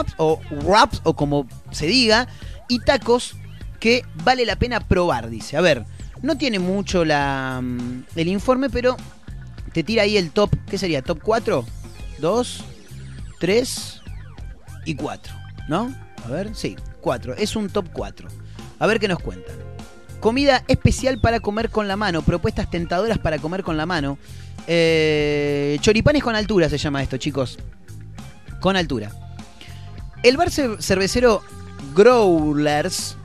o como se diga, y tacos que vale la pena probar, dice. A ver, no tiene mucho el informe, pero te tira ahí el top. ¿Qué sería? ¿Top 4? 2, 3 y 4, ¿no? A ver, sí, 4. Es un top 4. A ver qué nos cuentan. Comida especial para comer con la mano. Propuestas tentadoras para comer con la mano. Choripanes con altura se llama esto, chicos. Con altura. El bar cervecero Growlers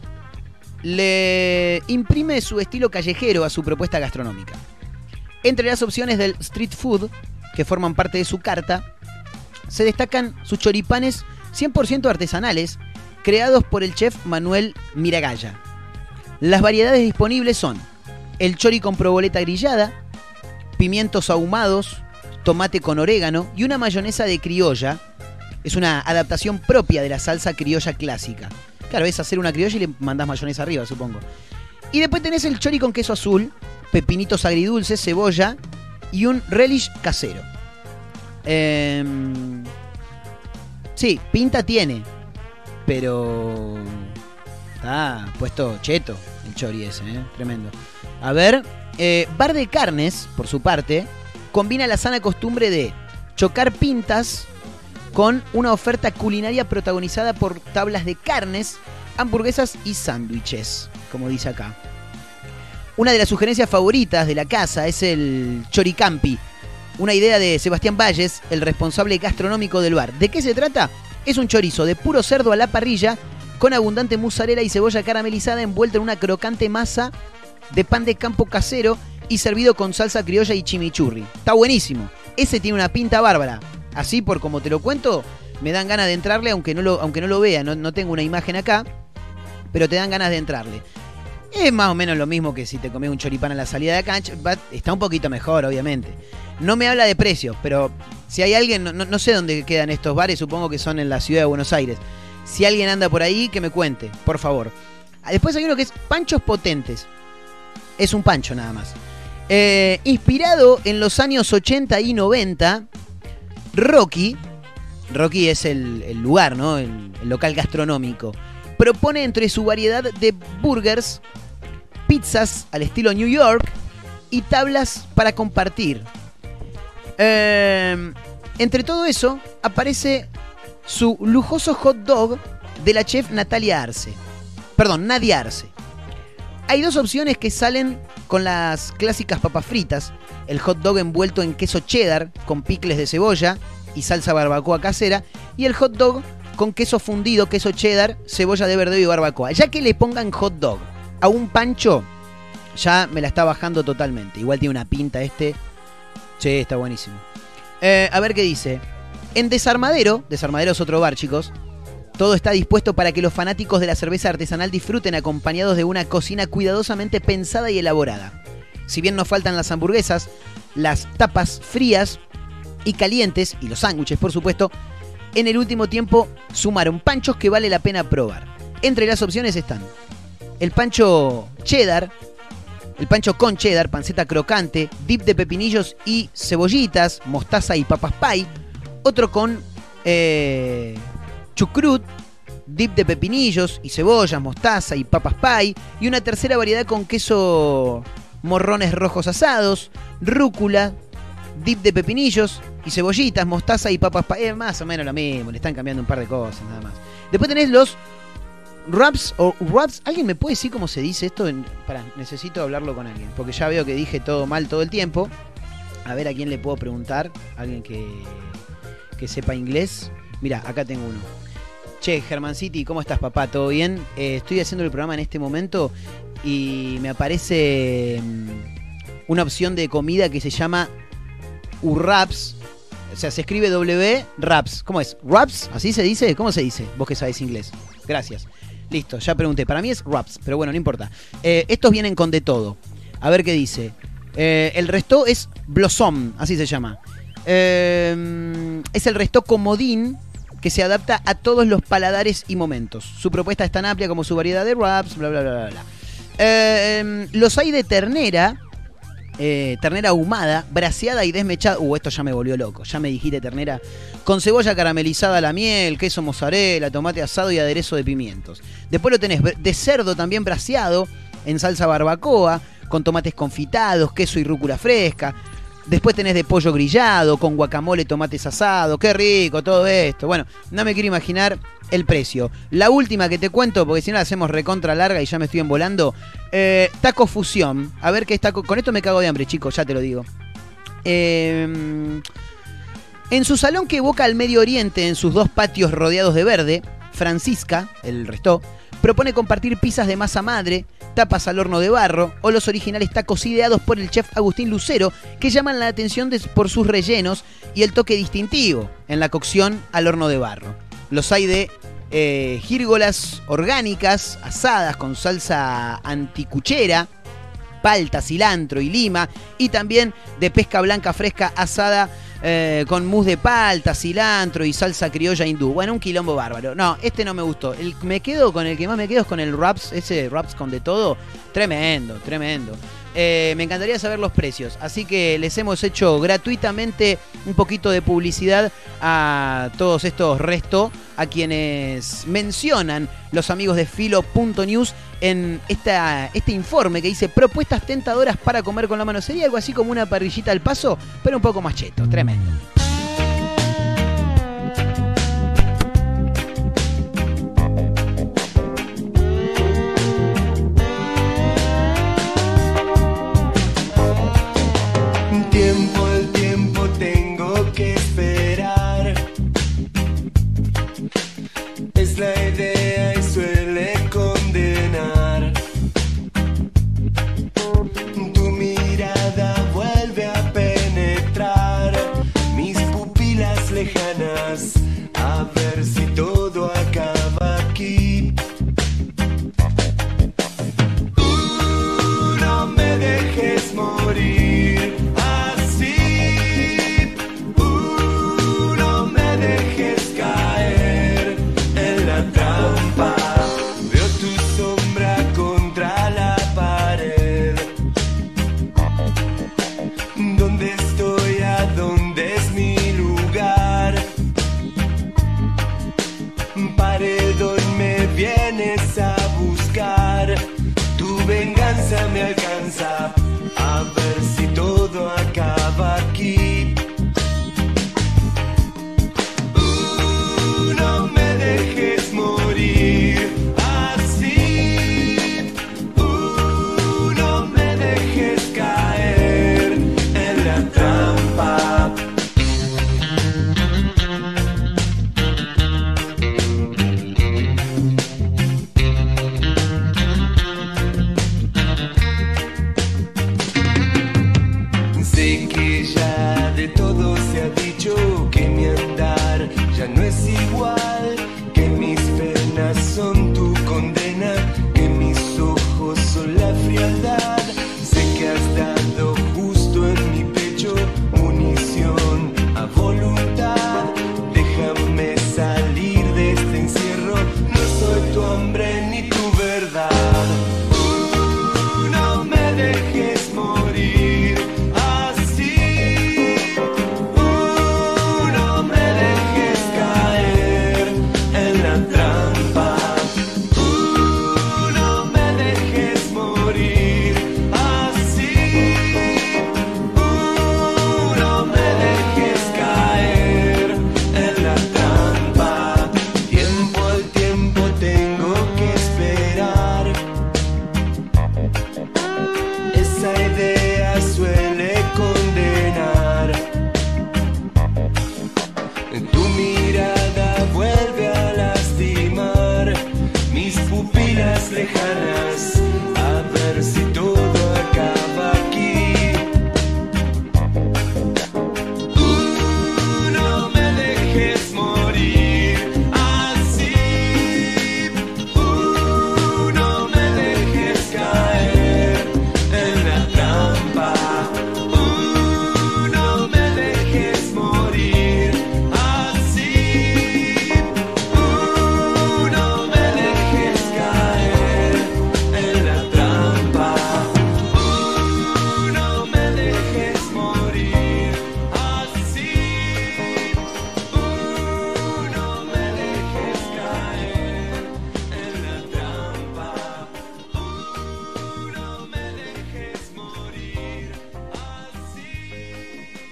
le imprime su estilo callejero a su propuesta gastronómica. Entre las opciones del street food, que forman parte de su carta, se destacan sus choripanes 100% artesanales, creados por el chef Manuel Miragaya. Las variedades disponibles son el chori con proboleta grillada, pimientos ahumados, tomate con orégano y una mayonesa de criolla. Es una adaptación propia de la salsa criolla clásica. Claro, es hacer una criolla y le mandás mayonesa arriba, supongo. Y después tenés el chori con queso azul, pepinitos agridulces, cebolla y un relish casero. Sí, pinta tiene, pero está puesto cheto el chori ese, tremendo. A ver, Bar de Carnes, por su parte, combina la sana costumbre de chocar pintas con una oferta culinaria protagonizada por tablas de carnes, hamburguesas y sándwiches, como dice acá. Una de las sugerencias favoritas de la casa es el choricampi, una idea de Sebastián Valles, el responsable gastronómico del bar. ¿De qué se trata? Es un chorizo de puro cerdo a la parrilla, con abundante mozzarella y cebolla caramelizada envuelta en una crocante masa de pan de campo casero y servido con salsa criolla y chimichurri. Está buenísimo. Ese tiene una pinta bárbara. Así por como te lo cuento, me dan ganas de entrarle, aunque no lo vea. No tengo una imagen acá, pero te dan ganas de entrarle. Es más o menos lo mismo que si te comés un choripán a la salida de cancha. Está un poquito mejor, obviamente. No me habla de precios, pero si hay alguien, no sé dónde quedan estos bares, supongo que son en la ciudad de Buenos Aires. Si alguien anda por ahí, que me cuente, por favor. Después hay uno que es Panchos Potentes. Es un pancho nada más. Inspirado en los años 80 y 90, Rocky es el lugar, ¿no? El local gastronómico. Propone entre su variedad de burgers pizzas al estilo New York y tablas para compartir. Entre todo eso aparece su lujoso hot dog de la chef Nadia Arce. Hay dos opciones que salen con las clásicas papas fritas. El hot dog envuelto en queso cheddar con picles de cebolla y salsa barbacoa casera. Y el hot dog con queso fundido, queso cheddar, cebolla de verdeo y barbacoa. Ya que le pongan hot dog a un pancho, ya me la está bajando totalmente. Igual tiene una pinta este. Sí, está buenísimo. A ver qué dice. En Desarmadero es otro bar, chicos. Todo está dispuesto para que los fanáticos de la cerveza artesanal disfruten acompañados de una cocina cuidadosamente pensada y elaborada. Si bien nos faltan las hamburguesas, las tapas frías y calientes, y los sándwiches, por supuesto, en el último tiempo sumaron panchos que vale la pena probar. Entre las opciones están el pancho cheddar, el pancho con cheddar, panceta crocante, dip de pepinillos y cebollitas, mostaza y papas pie. Otro con chucrut, dip de pepinillos y cebollas, mostaza y papas pie. Y una tercera variedad con queso morrones rojos asados, rúcula, dip de pepinillos y cebollitas, mostaza y papas pie. Más o menos lo mismo, le están cambiando un par de cosas nada más. Después tenés los wraps o wraps. ¿Alguien me puede decir cómo se dice esto? Pará, necesito hablarlo con alguien, porque ya veo que dije todo mal todo el tiempo. A ver a quién le puedo preguntar. Alguien que sepa inglés. Mira, acá tengo uno. Che, Germanciti, ¿cómo estás, papá? ¿Todo bien? Estoy haciendo el programa en este momento y me aparece una opción de comida que se llama Wraps. O sea, se escribe W-Raps. ¿Cómo es? ¿Wraps? ¿Así se dice? ¿Cómo se dice? Vos que sabés inglés. Gracias. Listo, ya pregunté. Para mí es wraps, pero bueno, no importa. Estos vienen con de todo. A ver qué dice. El resto es Blossom, así se llama. Es el resto comodín que se adapta a todos los paladares y momentos. Su propuesta es tan amplia como su variedad de wraps, bla, bla, bla, bla, bla. Los hay de ternera, ternera ahumada, braseada y desmechada. Esto ya me volvió loco. Ya me dijiste ternera. Con cebolla caramelizada a la miel, queso mozzarella, tomate asado y aderezo de pimientos. Después lo tenés de cerdo también braseado, en salsa barbacoa, con tomates confitados, queso y rúcula fresca. Después tenés de pollo grillado, con guacamole, tomates asados. ¡Qué rico todo esto! Bueno, no me quiero imaginar el precio. La última que te cuento, porque si no la hacemos recontra larga y ya me estoy embolando. Taco Fusión. A ver qué es taco. Con esto me cago de hambre, chicos, ya te lo digo. En su salón que evoca al Medio Oriente, en sus dos patios rodeados de verde, Francisca, el resto, propone compartir pizzas de masa madre, tapas al horno de barro o los originales tacos ideados por el chef Agustín Lucero, que llaman la atención por sus rellenos y el toque distintivo en la cocción al horno de barro. Los hay de gírgolas orgánicas asadas con salsa anticuchera, palta, cilantro y lima, y también de pesca blanca fresca asada con mousse de palta, cilantro y salsa criolla hindú. Bueno, un quilombo bárbaro. No, este no me gustó. El que más me quedo es con el wraps, ese wraps con de todo. Tremendo, tremendo. Me encantaría saber los precios, así que les hemos hecho gratuitamente un poquito de publicidad a todos estos restos, a quienes mencionan los amigos de Filo.news en este informe que dice propuestas tentadoras para comer con la mano. Sería algo así como una parrillita al paso, pero un poco más cheto. Tremendo. El tiempo tengo que esperar. Es la idea y suele condenar. Tu mirada vuelve a penetrar mis pupilas lejanas, a ver si todo acaba aquí. No me dejes morir. Veo tu sombra contra la pared. ¿Dónde estoy? ¿A dónde es mi lugar? Paredón, me vienes a buscar. Tu venganza es igual, que mis penas son tu condena, que mis ojos son la frialdad. Sé que has dado justo en mi pecho munición a voluntad. Déjame salir de este encierro, no soy tu hombre ni tu verdad. No me dejes morir así. No me dejes caer en la trampa. No me dejes morir así. No me dejes caer en la trampa. Tiempo al tiempo tengo que esperar. Esa idea suele condenar. Tu mirada vuelve a lastimar mis pupilas lejanas. A ver si todo acaba aquí. No me dejes morir así. No me dejes caer en la trampa. No me dejes morir así. No me dejes caer en la trampa. No me dejes morir así. No me dejes caer en la trampa. No me dejes morir así.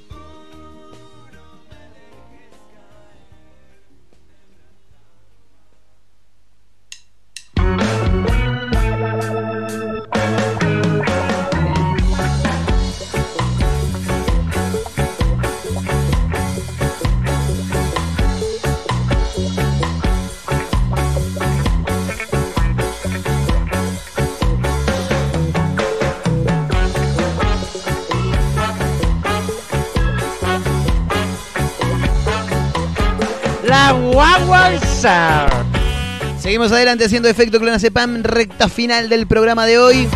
La guaguanza. Seguimos adelante haciendo efecto Clonazepam, recta final del programa de hoy.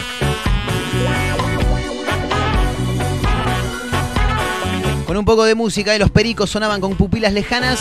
Con un poco de música y los pericos sonaban con pupilas lejanas.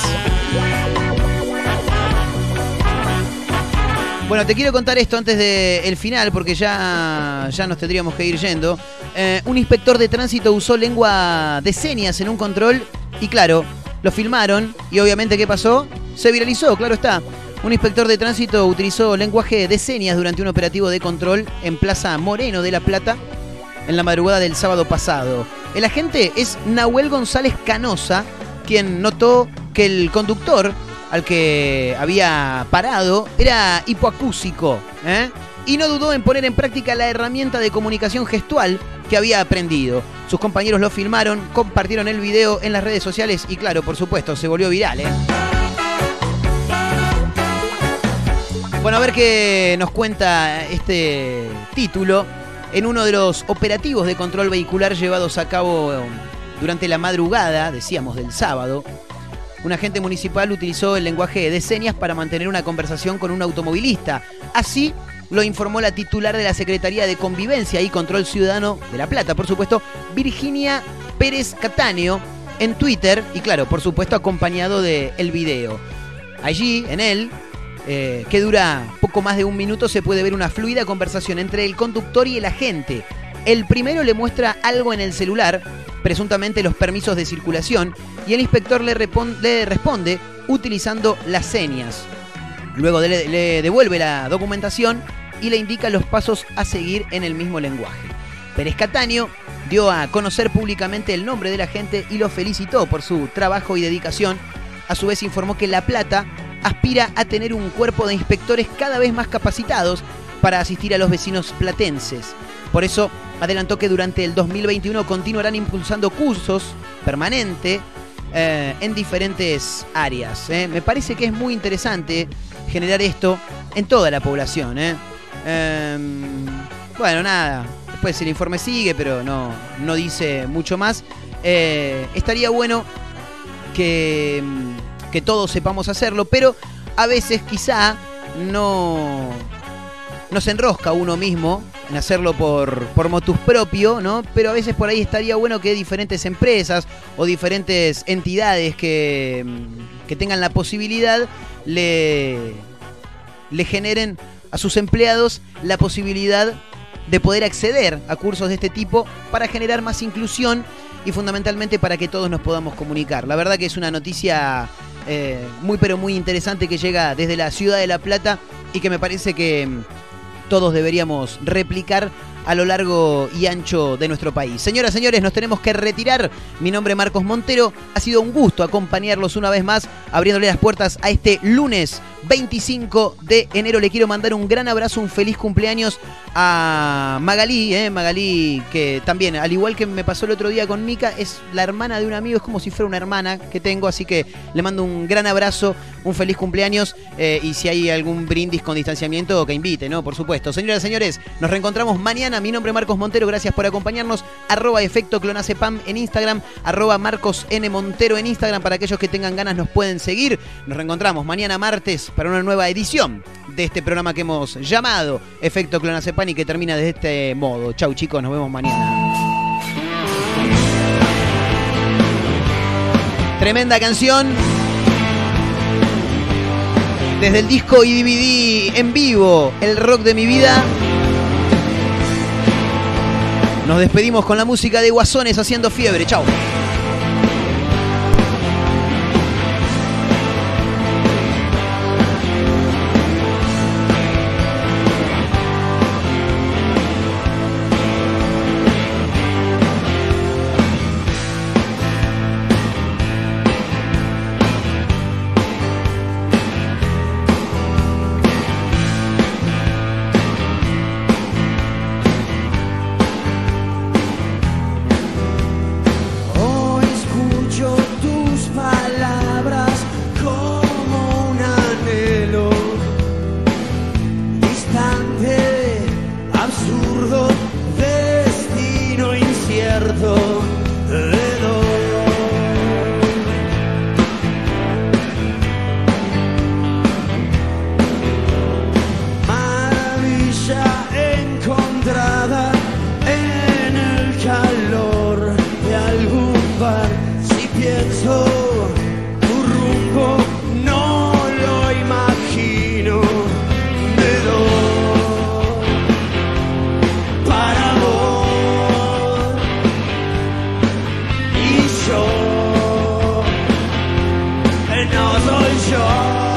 Bueno, te quiero contar esto antes del final porque ya nos tendríamos que ir yendo. Un inspector de tránsito usó lengua de señas en un control y claro, lo filmaron y obviamente ¿qué pasó? Se viralizó, claro está. Un inspector de tránsito utilizó lenguaje de señas durante un operativo de control en Plaza Moreno de La Plata en la madrugada del sábado pasado. El agente es Nahuel González Canosa, quien notó que el conductor al que había parado era hipoacúsico, y no dudó en poner en práctica la herramienta de comunicación gestual que había aprendido. Sus compañeros lo filmaron, compartieron el video en las redes sociales y claro, por supuesto, se volvió viral, Bueno, a ver qué nos cuenta este título. En uno de los operativos de control vehicular llevados a cabo durante la madrugada, decíamos del sábado, un agente municipal utilizó el lenguaje de señas para mantener una conversación con un automovilista. Así lo informó la titular de la Secretaría de Convivencia y Control Ciudadano de La Plata, por supuesto, Virginia Pérez Cattaneo, en Twitter, y claro, por supuesto, acompañado del video. Allí, en él, que dura poco más de un minuto, se puede ver una fluida conversación entre el conductor y el agente. El primero le muestra algo en el celular, presuntamente los permisos de circulación, y el inspector le responde utilizando las señas. Luego le devuelve la documentación y le indica los pasos a seguir en el mismo lenguaje. Pérez Cattaneo dio a conocer públicamente el nombre del agente y lo felicitó por su trabajo y dedicación. A su vez informó que La Plata aspira a tener un cuerpo de inspectores cada vez más capacitados para asistir a los vecinos platenses. Por eso adelantó que durante el 2021 continuarán impulsando cursos permanentes en diferentes áreas. Me parece que es muy interesante generar esto en toda la población. Bueno, nada, después el informe sigue, pero no dice mucho más. Estaría bueno que que todos sepamos hacerlo, pero a veces quizá no se enrosca uno mismo en hacerlo por motus propio, ¿no? Pero a veces por ahí estaría bueno que diferentes empresas o diferentes entidades que tengan la posibilidad le generen a sus empleados la posibilidad de poder acceder a cursos de este tipo para generar más inclusión y fundamentalmente para que todos nos podamos comunicar. La verdad que es una noticia muy pero muy interesante que llega desde la ciudad de La Plata y que me parece que todos deberíamos replicar a lo largo y ancho de nuestro país. Señoras, señores, nos tenemos que retirar. Mi nombre es Marcos Montero. Ha sido un gusto acompañarlos una vez más, abriéndole las puertas a este lunes 25 de enero. Le quiero mandar un gran abrazo, un feliz cumpleaños a Magalí, Magalí, que también, al igual que me pasó el otro día con Mica, es la hermana de un amigo, es como si fuera una hermana que tengo, así que le mando un gran abrazo, un feliz cumpleaños, y si hay algún brindis con distanciamiento, que invite, ¿no? Por supuesto. Señoras, señores, nos reencontramos mañana. Mi nombre es Marcos Montero, gracias por acompañarnos. @Efecto Clonazepam en Instagram, @Marcos N. Montero en Instagram, para aquellos que tengan ganas nos pueden seguir. Nos reencontramos mañana martes para una nueva edición de este programa que hemos llamado Efecto Clonazepam y que termina de este modo. Chau chicos, nos vemos mañana. Tremenda canción desde el disco y DVD en vivo, El Rock de mi Vida. Nos despedimos con la música de Guasones haciendo Fiebre. Chau. No soy yo.